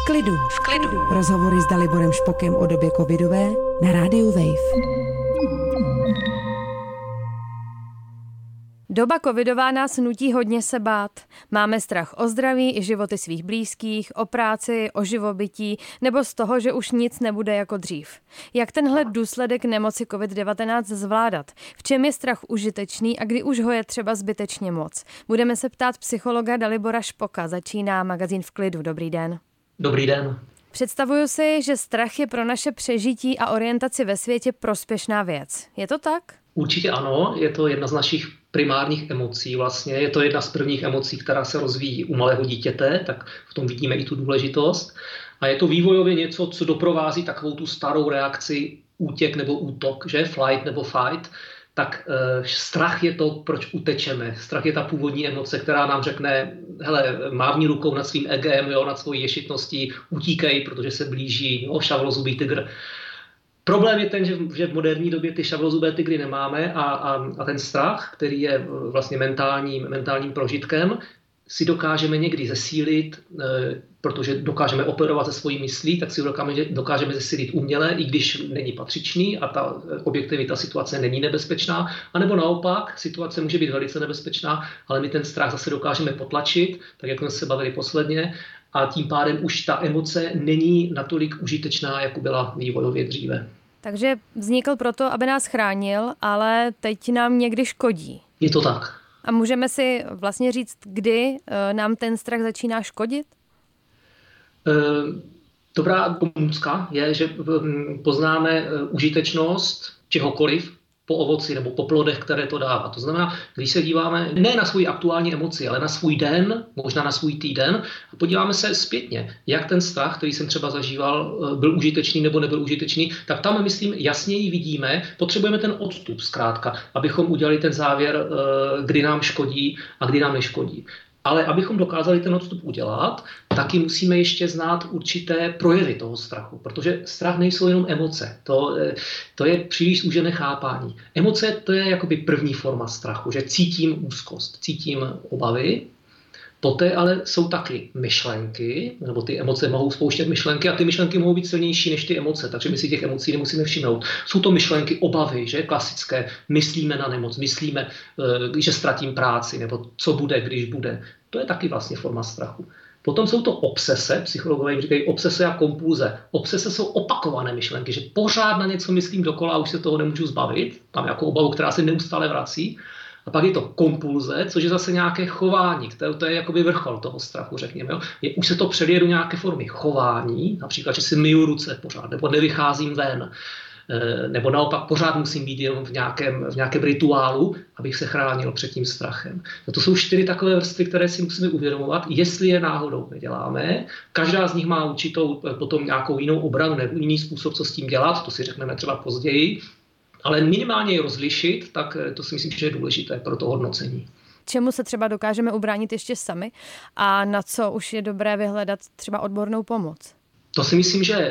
V klidu. Rozhovory s Daliborem Špokem o době covidové na rádiu Wave. Doba covidová nás nutí hodně se bát. Máme strach o zdraví i životy svých blízkých, o práci, o živobytí nebo z toho, že už nic nebude jako dřív. Jak tenhle důsledek nemoci COVID-19 zvládat? V čem je strach užitečný a kdy už ho je třeba zbytečně moc? Budeme se ptát psychologa Dalibora Špoka. Začíná magazín V klidu. Dobrý den. Dobrý den. Představuju si, že strach je pro naše přežití a orientaci ve světě prospěšná věc. Je to tak? Určitě ano, je to jedna z našich primárních emocí vlastně. Je to jedna z prvních emocí, která se rozvíjí u malého dítěte, tak v tom vidíme i tu důležitost. A je to vývojově něco, co doprovází takovou tu starou reakci útěk nebo útok, že? Flight nebo fight. Tak strach je to, proč utečeme. Strach je ta původní emoce, která nám řekne, hele, mávni rukou nad svým egem, jo, nad svojí ješitností, utíkej, protože se blíží šavlozubý tygr. Problém je ten, že v moderní době ty šavlozubé tygry nemáme a ten strach, který je vlastně mentálním prožitkem, si dokážeme někdy zesílit, protože dokážeme operovat se svojí myslí, tak si dokážeme zesílit uměle, i když není patřičný a ta objektivita situace není nebezpečná, anebo naopak, situace může být velice nebezpečná, ale my ten strach zase dokážeme potlačit, tak jak jsme se bavili posledně, a tím pádem už ta emoce není natolik užitečná, jako byla vývojově dříve. Takže vznikl proto, aby nás chránil, ale teď nám někdy škodí. Je to tak. A můžeme si vlastně říct, kdy nám ten strach začíná škodit? Dobrá pomůcka je, že poznáme užitečnost čehokoliv po ovoci nebo po plodech, které to dává. To znamená, když se díváme ne na svoji aktuální emoci, ale na svůj den, možná na svůj týden, a podíváme se zpětně, jak ten strach, který jsem třeba zažíval, byl užitečný nebo nebyl užitečný, tak tam, myslím, jasněji vidíme, potřebujeme ten odstup zkrátka, abychom udělali ten závěr, kdy nám škodí a kdy nám neškodí. Ale abychom dokázali ten odstup udělat, taky musíme ještě znát určité projevy toho strachu, protože strach nejsou jenom emoce, to je příliš zúžené chápání. Emoce to je jakoby první forma strachu, že cítím úzkost, cítím obavy. Poté ale jsou taky myšlenky, nebo ty emoce mohou spouštět myšlenky a ty myšlenky mohou být silnější než ty emoce, takže my si těch emocí nemusíme všimnout. Jsou to myšlenky obavy, že klasické, myslíme na nemoc, myslíme, že ztratím práci, nebo co bude, když bude. To je taky vlastně forma strachu. Potom jsou to obsese, psychologové jim říkají obsese a kompulze. Obsese jsou opakované myšlenky, že pořád na něco myslím dokola a už se toho nemůžu zbavit. Mám jako obavu, která se neustále vrací. A pak je to kompulze, což je zase nějaké chování, to je jakoby vrchol toho strachu, řekněme. Jo. Už se to přelije do nějaké formy chování, například, že si myju ruce pořád, nebo nevycházím ven, nebo naopak pořád musím být jenom v nějakém rituálu, abych se chránil před tím strachem. No to jsou 4 takové vrstvy, které si musíme uvědomovat, jestli je náhodou neděláme. Každá z nich má určitou potom nějakou jinou obranu nebo jiný způsob, co s tím dělat, to si řekneme třeba později. Ale minimálně je rozlišit, tak to si myslím, že je důležité pro to hodnocení. Čemu se třeba dokážeme ubránit ještě sami a na co už je dobré vyhledat třeba odbornou pomoc? To si myslím, že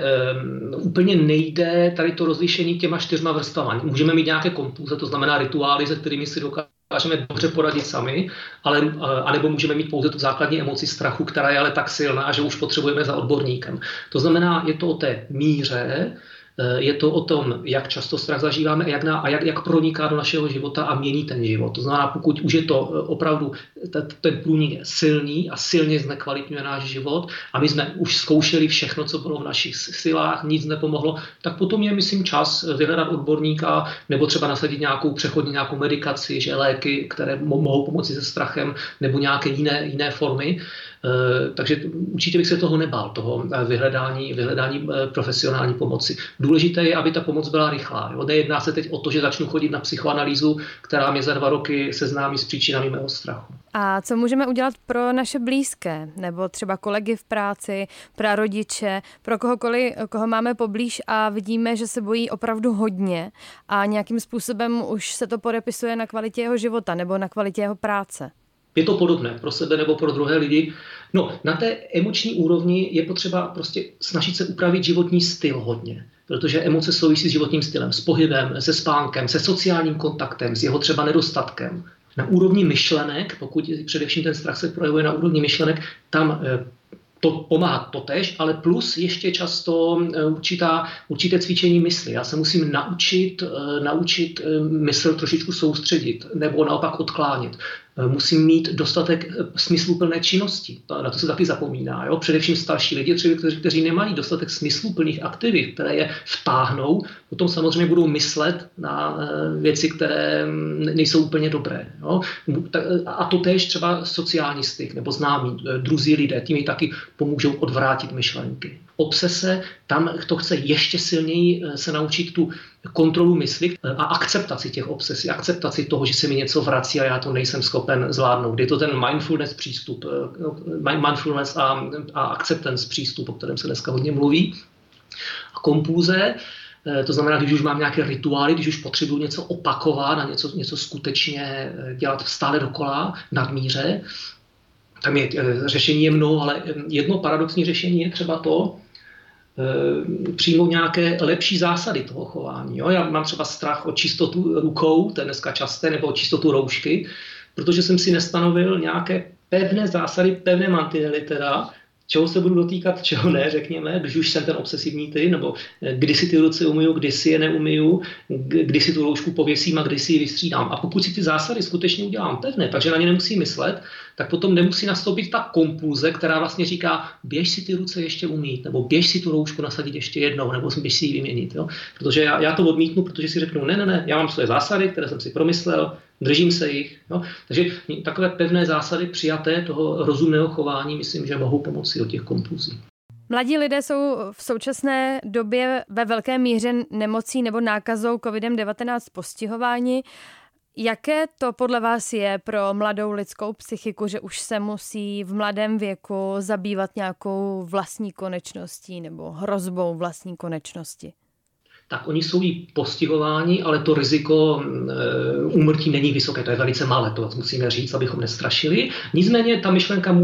úplně nejde tady to rozlišení těma 4 vrstvami. Můžeme mít nějaké kompulze, to znamená rituály, se kterými si dokážeme dobře poradit sami, anebo můžeme mít pouze tu základní emoci strachu, která je ale tak silná, že už potřebujeme za odborníkem. To znamená, je to o té míře, je to o tom, jak často strach zažíváme a jak proniká do našeho života a mění ten život. To znamená, pokud už je to opravdu, ten průnik je silný a silně znekvalitňuje náš život a my jsme už zkoušeli všechno, co bylo v našich silách, nic nepomohlo, tak potom je, myslím, čas vyhledat odborníka nebo třeba nasadit nějakou medikaci, že léky, které mohou pomoci se strachem nebo nějaké jiné formy. Takže určitě bych se toho nebál, toho vyhledání profesionální pomoci. Důležité je, aby ta pomoc byla rychlá. Jo? Nejedná se teď o to, že začnu chodit na psychoanalýzu, která mě za 2 roky seznámí s příčinami mého strachu. A co můžeme udělat pro naše blízké, nebo třeba kolegy v práci, prarodiče, pro kohokoliv, koho máme poblíž a vidíme, že se bojí opravdu hodně a nějakým způsobem už se to podepisuje na kvalitě jeho života nebo na kvalitě jeho práce? Je to podobné pro sebe nebo pro druhé lidi. No, na té emoční úrovni je potřeba prostě snažit se upravit životní styl hodně, protože emoce souvisí s životním stylem, s pohybem, se spánkem, se sociálním kontaktem, s jeho třeba nedostatkem. Na úrovni myšlenek, pokud především ten strach se projevuje na úrovni myšlenek, tam to pomáhá totéž, ale plus ještě často určité cvičení mysli. Já se musím naučit mysl trošičku soustředit nebo naopak odklánit. Musím mít dostatek smysluplné činnosti. Na to se taky zapomíná. Jo? Především starší lidi, kteří nemají dostatek smysluplných aktivit, které je vtáhnou, potom samozřejmě budou myslet na věci, které nejsou úplně dobré. Jo? A to též třeba sociální styk nebo známí, druzí lidé, tím taky pomůžou odvrátit myšlenky. Obsese, tam to chce ještě silněji se naučit tu kontrolu mysli a akceptaci těch obsesí, akceptaci toho, že se mi něco vrací a já to nejsem schopen zvládnout. Je to ten mindfulness přístup, mindfulness a acceptance přístup, o kterém se dneska hodně mluví. A kompůze, to znamená, když už mám nějaké rituály, když už potřebuji něco opakovat a něco skutečně dělat stále dokola, nadmíře, tam řešení je mnoho, ale jedno paradoxní řešení je třeba to, přijmout nějaké lepší zásady toho chování. Jo? Já mám třeba strach o čistotu rukou, to je dneska časté, nebo o čistotu roušky, protože jsem si nestanovil nějaké pevné zásady, pevné mantinely teda, čeho se budu dotýkat, čeho ne, řekněme, když už jsem ten obsesivní typ, nebo kdy si ty ruce umyju, kdy si je neumyju, kdy si tu roušku pověsím a kdy si ji vystřídám. A pokud si ty zásady skutečně udělám pevné, takže na ně nemusím myslet, tak potom nemusí nastoupit ta kompulze, která vlastně říká, běž si ty ruce ještě umýt, nebo běž si tu roušku nasadit ještě jednou, nebo běž si ji vyměnit. Jo? Protože já to odmítnu, protože si řeknu, ne, já mám své zásady, které jsem si promyslel, držím se jich. Jo? Takže takové pevné zásady přijaté toho rozumného chování, myslím, že mohou pomoci od těch kompulzí. Mladí lidé jsou v současné době ve velké míře nemocí nebo nákazou COVID-19 postihováni. Jaké to podle vás je pro mladou lidskou psychiku, že už se musí v mladém věku zabývat nějakou vlastní konečností nebo hrozbou vlastní konečnosti? Tak oni jsou jí postihováni, ale to riziko úmrtí není vysoké, to je velice malé, to musíme říct, abychom nestrašili. Nicméně ta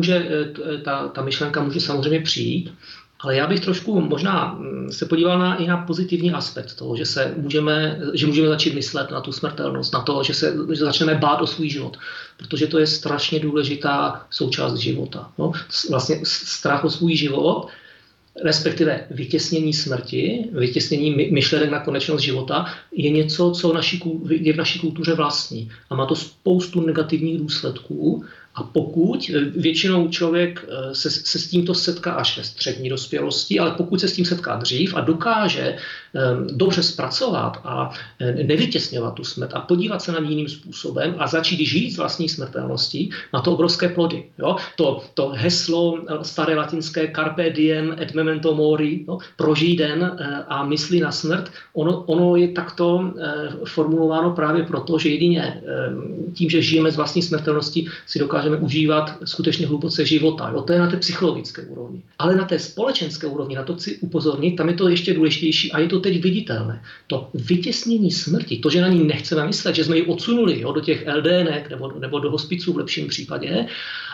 myšlenka může samozřejmě přijít, ale já bych trošku možná se podíval i na pozitivní aspekt toho, že můžeme začít myslet na tu smrtelnost, na to, že začneme bát o svůj život, protože to je strašně důležitá součást života. No? Vlastně strach o svůj život, respektive vytěsnění smrti, vytěsnění myšlenek na konečnost života, je něco, co je v naší kultuře vlastní. A má to spoustu negativních důsledků. A pokud většinou člověk se s tímto setká až ve střední dospělosti, ale pokud se s tím setká dřív a dokáže dobře zpracovat a nevytěsňovat tu smrt a podívat se na ní jiným způsobem a začít žít s vlastní smrtelností, má to obrovské plody. Jo? To heslo staré latinské carpe diem et memento mori, jo? Prožij den a myslí na smrt, ono je takto formulováno právě proto, že jedině tím, že žijeme s vlastní smrtelností, si dokážeme užívat skutečně hluboce života. Jo? To je na té psychologické úrovni. Ale na té společenské úrovni, na to chci upozornit, tam je to ještě důležitější a je to teď viditelné. To vytěsnění smrti, to, že na ní nechceme myslet, že jsme ji odsunuli do těch LDNek nebo do hospiců v lepším případě,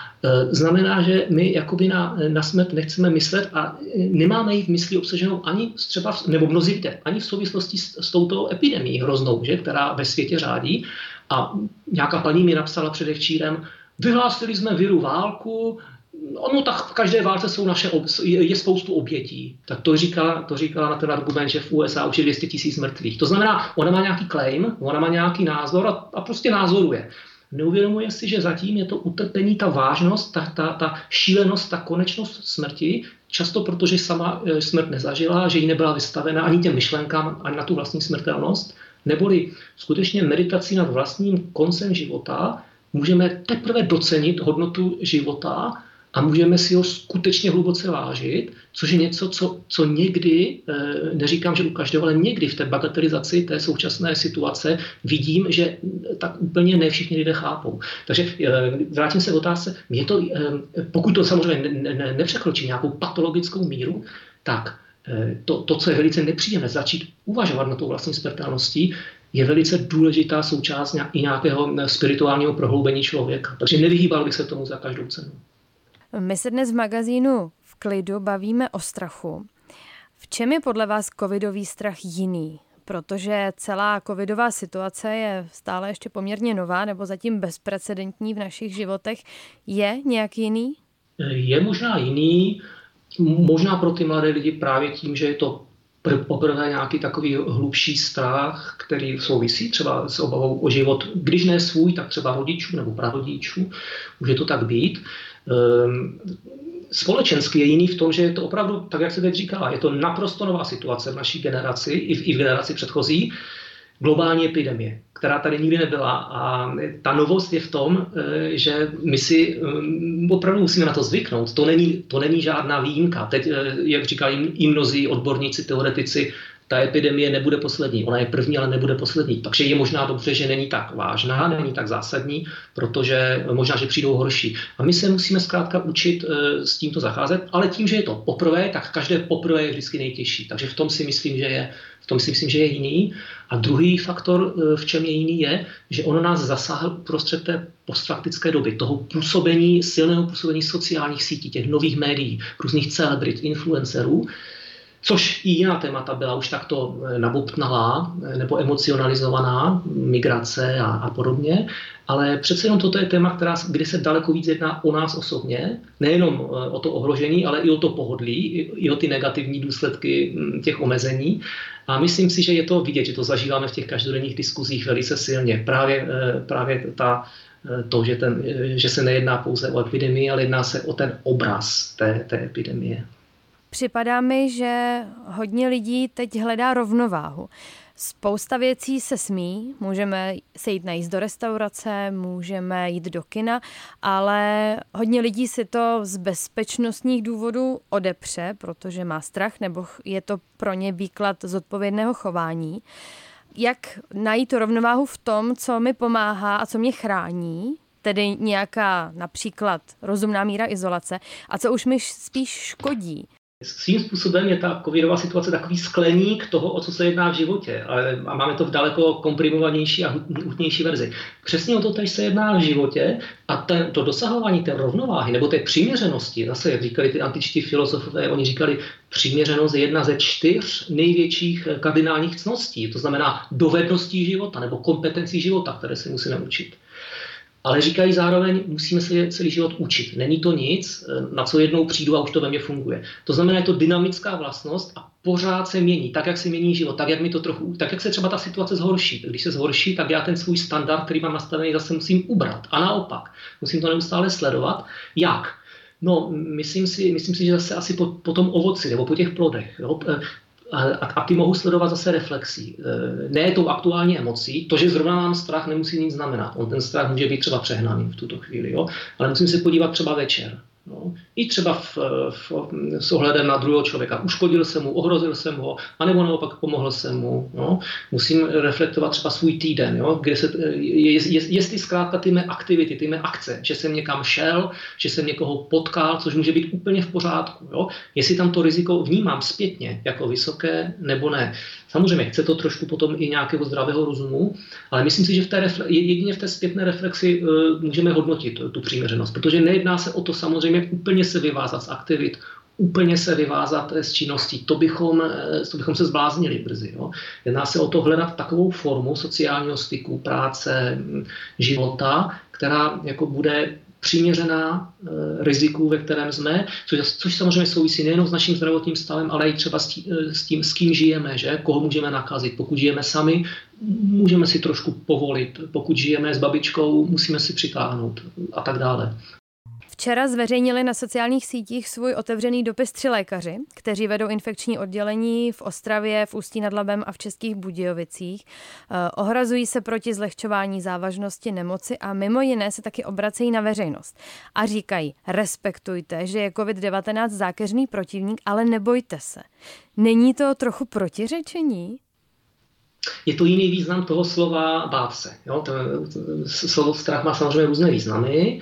znamená, že my jakoby na smrt nechceme myslet a nemáme ji v mysli obsaženou ani třeba, nebo mnozí lidé, ani v souvislosti s touto epidemií hroznou, že, která ve světě řádí. A nějaká paní mi napsala předevčírem, vyhlásili jsme viru válku, no tak v každé válce je spoustu obětí. Tak to říkala na ten argument, že v USA už je 200 000 mrtvých. To znamená, ona má nějaký claim, ona má nějaký názor a prostě názoruje. Neuvědomuje si, že zatím je to utrpení, ta vážnost, ta šílenost, ta konečnost smrti, často protože sama smrt nezažila, že jí nebyla vystavena ani těm myšlenkám, ani na tu vlastní smrtelnost, neboli skutečně meditací nad vlastním koncem života můžeme teprve docenit hodnotu života a můžeme si ho skutečně hluboce vážit, což je něco, co někdy, neříkám, že u každého, ale někdy v té bagatelizaci té současné situace vidím, že tak úplně ne všichni lidé chápou. Takže vrátím se k otázce, pokud to samozřejmě nepřekročí nějakou patologickou míru, tak to, co je velice nepříjemné, začít uvažovat na tou vlastní smrtelností, je velice důležitá součást i nějakého spirituálního prohloubení člověka. Takže nevyhýbal bych se tomu za každou cenu. My se dnes v magazínu V klidu bavíme o strachu. V čem je podle vás covidový strach jiný? Protože celá covidová situace je stále ještě poměrně nová nebo zatím bezprecedentní v našich životech. Je nějak jiný? Je možná jiný. Možná pro ty mladé lidi právě tím, že je to poprvé nějaký takový hlubší strach, který souvisí třeba s obavou o život, když ne svůj, tak třeba rodičů nebo prarodičů, může to tak být. Společensky je jiný v tom, že je to opravdu, tak jak se teď říkala, je to naprosto nová situace v naší generaci i v generaci předchozí, globální epidemie, která tady nikdy nebyla. A ta novost je v tom, že my si opravdu musíme na to zvyknout. To není žádná výjimka. Teď, jak říkají i mnozí odborníci, teoretici, ta epidemie nebude poslední. Ona je první, ale nebude poslední. Takže je možná dobře, že není tak vážná, není tak zásadní, protože možná, že přijdou horší. A my se musíme zkrátka učit s tímto zacházet, ale tím, že je to poprvé, tak každé poprvé je vždycky nejtěžší. Takže v tom si myslím, že je jiný. A druhý faktor, v čem je jiný, je, že ono nás zasáhl uprostřed té postfaktické doby, toho silného působení sociálních sítí, těch nových médií, různých celebrit, influencerů, což i jiná témata byla už takto nabobtnalá nebo emocionalizovaná, migrace a podobně. Ale přece jenom toto je téma, kde se daleko víc jedná o nás osobně, nejenom o to ohrožení, ale i o to pohodlí, i o ty negativní důsledky těch omezení. A myslím si, že je to vidět, že to zažíváme v těch každodenních diskuzích velice silně. Právě že se nejedná pouze o epidemii, ale jedná se o ten obraz té epidemie. Připadá mi, že hodně lidí teď hledá rovnováhu. Spousta věcí se smí, můžeme se jít najíst do restaurace, můžeme jít do kina, ale hodně lidí si to z bezpečnostních důvodů odepře, protože má strach nebo je to pro ně výklad zodpovědného chování. Jak najít tu rovnováhu v tom, co mi pomáhá a co mě chrání, tedy nějaká například rozumná míra izolace, a co už mi spíš škodí? Svým způsobem je ta covidová situace takový skleník toho, o co se jedná v životě. A máme to v daleko komprimovanější a hutnější verzi. Přesně o to teď se jedná v životě a to dosahování té rovnováhy nebo té přiměřenosti, zase jak říkali ty antičtí filozofové, oni říkali, přiměřenost je jedna ze 4 největších kardinálních cností, to znamená dovedností života nebo kompetencí života, které se musíme učit. Ale říkají zároveň, musíme se celý život učit. Není to nic, na co jednou přijdu a už to ve mně funguje. To znamená, je to dynamická vlastnost a pořád se mění, tak, jak se mění život, tak, jak se třeba ta situace zhorší. Když se zhorší, tak já ten svůj standard, který mám nastavený, zase musím ubrat. A naopak, musím to neustále sledovat. Jak? No, myslím si, že zase asi po tom ovoci nebo po těch plodech. Jo? A ty mohu sledovat zase reflexí. Ne tou aktuální emocí. To, že zrovna mám strach, nemusí nic znamenat. Ten strach může být třeba přehnaný v tuto chvíli. Jo? Ale musím se podívat třeba večer. No. I třeba s ohledem na druhého člověka. Uškodil jsem mu, ohrozil jsem ho, anebo naopak pomohl jsem mu. No. Musím reflektovat třeba svůj týden, jo? Jestli zkrátka ty mé aktivity, ty mé akce, že jsem někam šel, že jsem někoho potkal, což může být úplně v pořádku. Jo? Jestli tam to riziko vnímám zpětně jako vysoké nebo ne. Samozřejmě chce to trošku potom i nějakého zdravého rozumu, ale myslím si, že jedině v té zpětné reflexi můžeme hodnotit tu přiměřenost, protože nejedná se o to samozřejmě úplně se vyvázat z aktivit, úplně se vyvázat z činností. To bychom se zbláznili brzy. Jo? Jedná se o to hledat takovou formu sociálního styku, práce, života, která jako bude přiměřená riziku, ve kterém jsme, což samozřejmě souvisí nejen s naším zdravotním stavem, ale i třeba s tím, s kým žijeme, že? Koho můžeme nakazit. Pokud žijeme sami, můžeme si trošku povolit. Pokud žijeme s babičkou, musíme si přitáhnout a tak dále. Včera zveřejnili na sociálních sítích svůj otevřený dopis 3 lékaři, kteří vedou infekční oddělení v Ostravě, v Ústí nad Labem a v Českých Budějovicích. Ohrazují se proti zlehčování závažnosti nemoci a mimo jiné se taky obracejí na veřejnost. A říkají, respektujte, že je COVID-19 zákeřný protivník, ale nebojte se. Není to trochu protiřečení? Je to jiný význam toho slova bát se. Jo? Slovo strach má samozřejmě různé významy.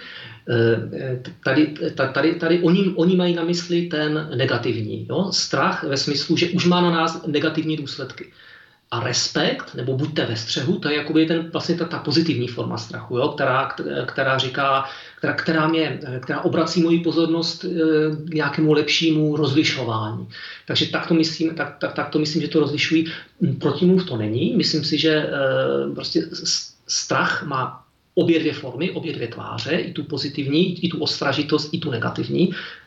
Tady oni mají na mysli ten negativní. Jo? Strach ve smyslu, že už má na nás negativní důsledky. A respekt, nebo buďte ve střehu, to je jakoby vlastně ta pozitivní forma strachu, jo? Která říká, která obrací moji pozornost k nějakému lepšímu rozlišování. Takže tak to myslím, že to rozlišují. Protimluv to není. Myslím si, že prostě strach má obě 2 formy, obě 2 tváře, i tu pozitivní, i tu ostražitost, i tu negativní.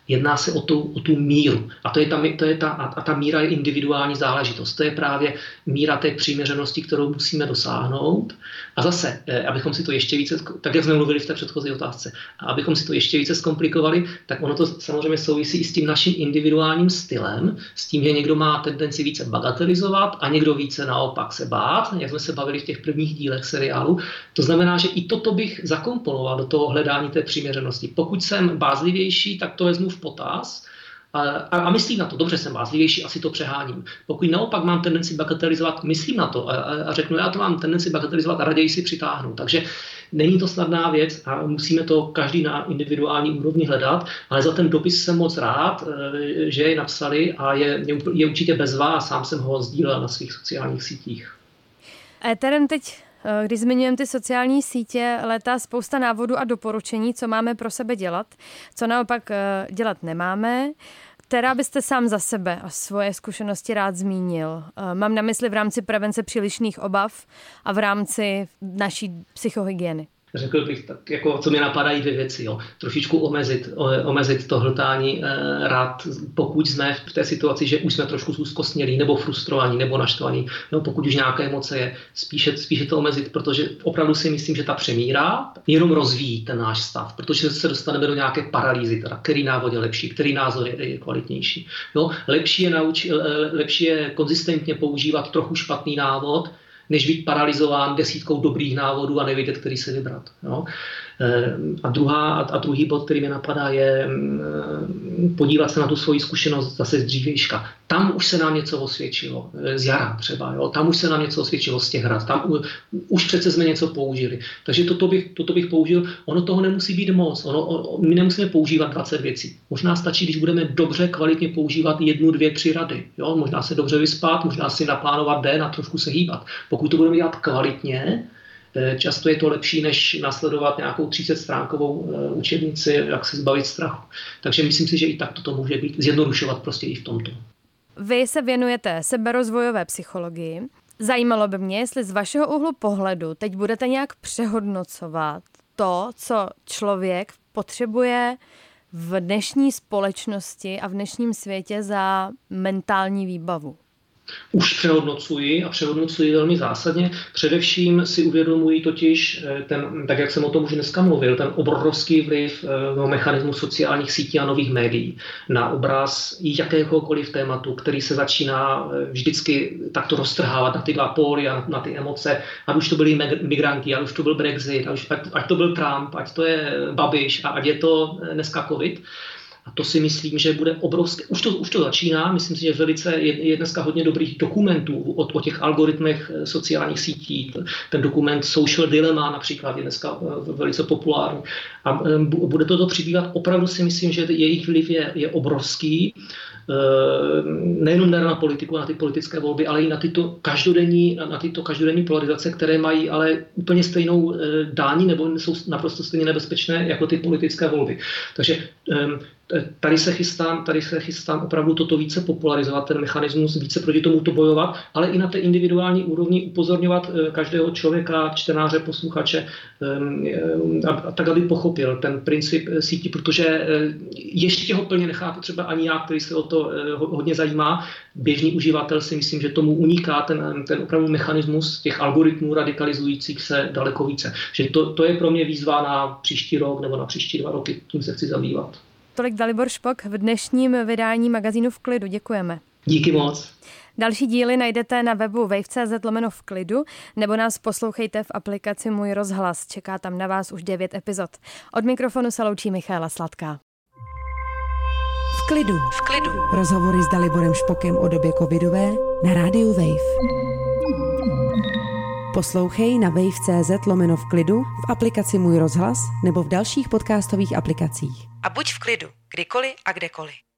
Jedná se o tu míru. A ta míra je individuální záležitost. To je právě míra té přiměřenosti, kterou musíme dosáhnout. A zase, abychom si to ještě více, tak jak jsme mluvili v té předchozí otázce, a abychom si to ještě více zkomplikovali, tak ono to samozřejmě souvisí i s tím naším individuálním stylem, s tím, že někdo má tendenci více bagatelizovat a někdo více naopak se bát, jak jsme se bavili v těch prvních dílech seriálu. To znamená, že i toto bych zakomponoval do toho hledání té přiměřenosti. Pokud jsem bázlivější, tak to vezmu v potaz a myslím na to. Dobře, jsem bázlivější, asi to přeháním. Pokud naopak mám tendenci bagatelizovat, myslím na to a řeknu, já to mám tendenci bagatelizovat a raději si přitáhnu. Takže není to snadná věc a musíme to každý na individuální úrovni hledat, ale za ten dopis jsem moc rád, že je napsali a je určitě bez vás, sám jsem ho sdílel na svých sociálních sítích. Éterem teď, když zmiňujeme ty sociální sítě, létá spousta návodů a doporučení, co máme pro sebe dělat, co naopak dělat nemáme, která byste sám za sebe a svoje zkušenosti rád zmínil. Mám na mysli v rámci prevence přílišných obav a v rámci naší psychohygieny. Řekl bych tak, jako, co mi napadají 2 věci. Jo. Trošičku omezit to hltání rád, pokud jsme v té situaci, že už jsme trošku zúzkostnělí, nebo frustrovaní, nebo naštvaní, nebo pokud už nějaké emoce je, spíše to omezit, protože opravdu si myslím, že ta přemíra jenom rozvíjí ten náš stav, protože se dostaneme do nějaké paralýzy, teda, který návod je lepší, který názor je kvalitnější. Jo. Lepší je konzistentně používat trochu špatný návod, než být paralizován 10 dobrých návodů a nevědět, který se vybrat. Jo? A druhý bod, který mě napadá, je podívat se na tu svoji zkušenost zase z dřívějška. Tam už se nám něco osvědčilo, z jara třeba, jo? Tam už se nám něco osvědčilo z těch hrad, tam už přece jsme něco použili. Takže toto bych použil, ono toho nemusí být moc, my nemusíme používat 20 věcí. Možná stačí, když budeme dobře, kvalitně používat 1, 2, 3 rady. Jo? Možná se dobře vyspat, možná si naplánovat den a trošku se hýbat. Pokud to budeme dělat kvalitně, často je to lepší, než nasledovat nějakou 30stránkovou učebnici, jak se zbavit strachu. Takže myslím si, že i tak to může být, zjednodušovat prostě i v tomto. Vy se věnujete seberozvojové psychologii. Zajímalo by mě, jestli z vašeho úhlu pohledu teď budete nějak přehodnocovat to, co člověk potřebuje v dnešní společnosti a v dnešním světě za mentální výbavu. Už přehodnocuji velmi zásadně. Především si uvědomuji totiž, tak jak jsem o tom už dneska mluvil, ten obrovský vliv mechanismu sociálních sítí a nových médií na obraz jakéhokoliv tématu, který se začíná vždycky takto roztrhávat na ty 2 póly a na ty emoce. Ať už to byli migranti, ať už to byl Brexit, ať to byl Trump, ať to je Babiš a ať je to dneska COVID. A to si myslím, že bude obrovské. Už to začíná. Myslím si, že je dneska hodně dobrých dokumentů o těch algoritmech sociálních sítí. Ten dokument Social Dilemma například je dneska velice populární. A bude to přibývat. Opravdu si myslím, že jejich vliv je obrovský. Nejenom na politiku, na ty politické volby, ale i na tyto každodenní polarizace, které mají ale úplně stejnou dání nebo jsou naprosto stejně nebezpečné jako ty politické volby. Takže tady se chystám opravdu toto více popularizovat, ten mechanismus, více proti tomuto bojovat, ale i na té individuální úrovni upozorňovat každého člověka, čtenáře, posluchače, tak, aby pochopil ten princip sítí, protože ještě ho plně nechápu třeba ani já, který se o to hodně zajímá. Běžný uživatel si myslím, že tomu uniká ten opravdu mechanismus těch algoritmů radikalizujících se daleko více. Že to je pro mě výzva na příští rok nebo na příští 2 roky, tím se chci zabývat. Tolik Dalibor Špok v dnešním vydání magazínu V klidu. Děkujeme. Díky moc. Další díly najdete na webu wave.cz/v klidu nebo nás poslouchejte v aplikaci Můj rozhlas. Čeká tam na vás už 9 epizod. Od mikrofonu se loučí Michaela Sladká. V klidu. Rozhovory s Daliborem Špokem o době covidové na rádiu Wave. Poslouchej na wave.cz/v klidu, v aplikaci Můj rozhlas nebo v dalších podcastových aplikacích. A buď v klidu, kdykoliv a kdekoliv.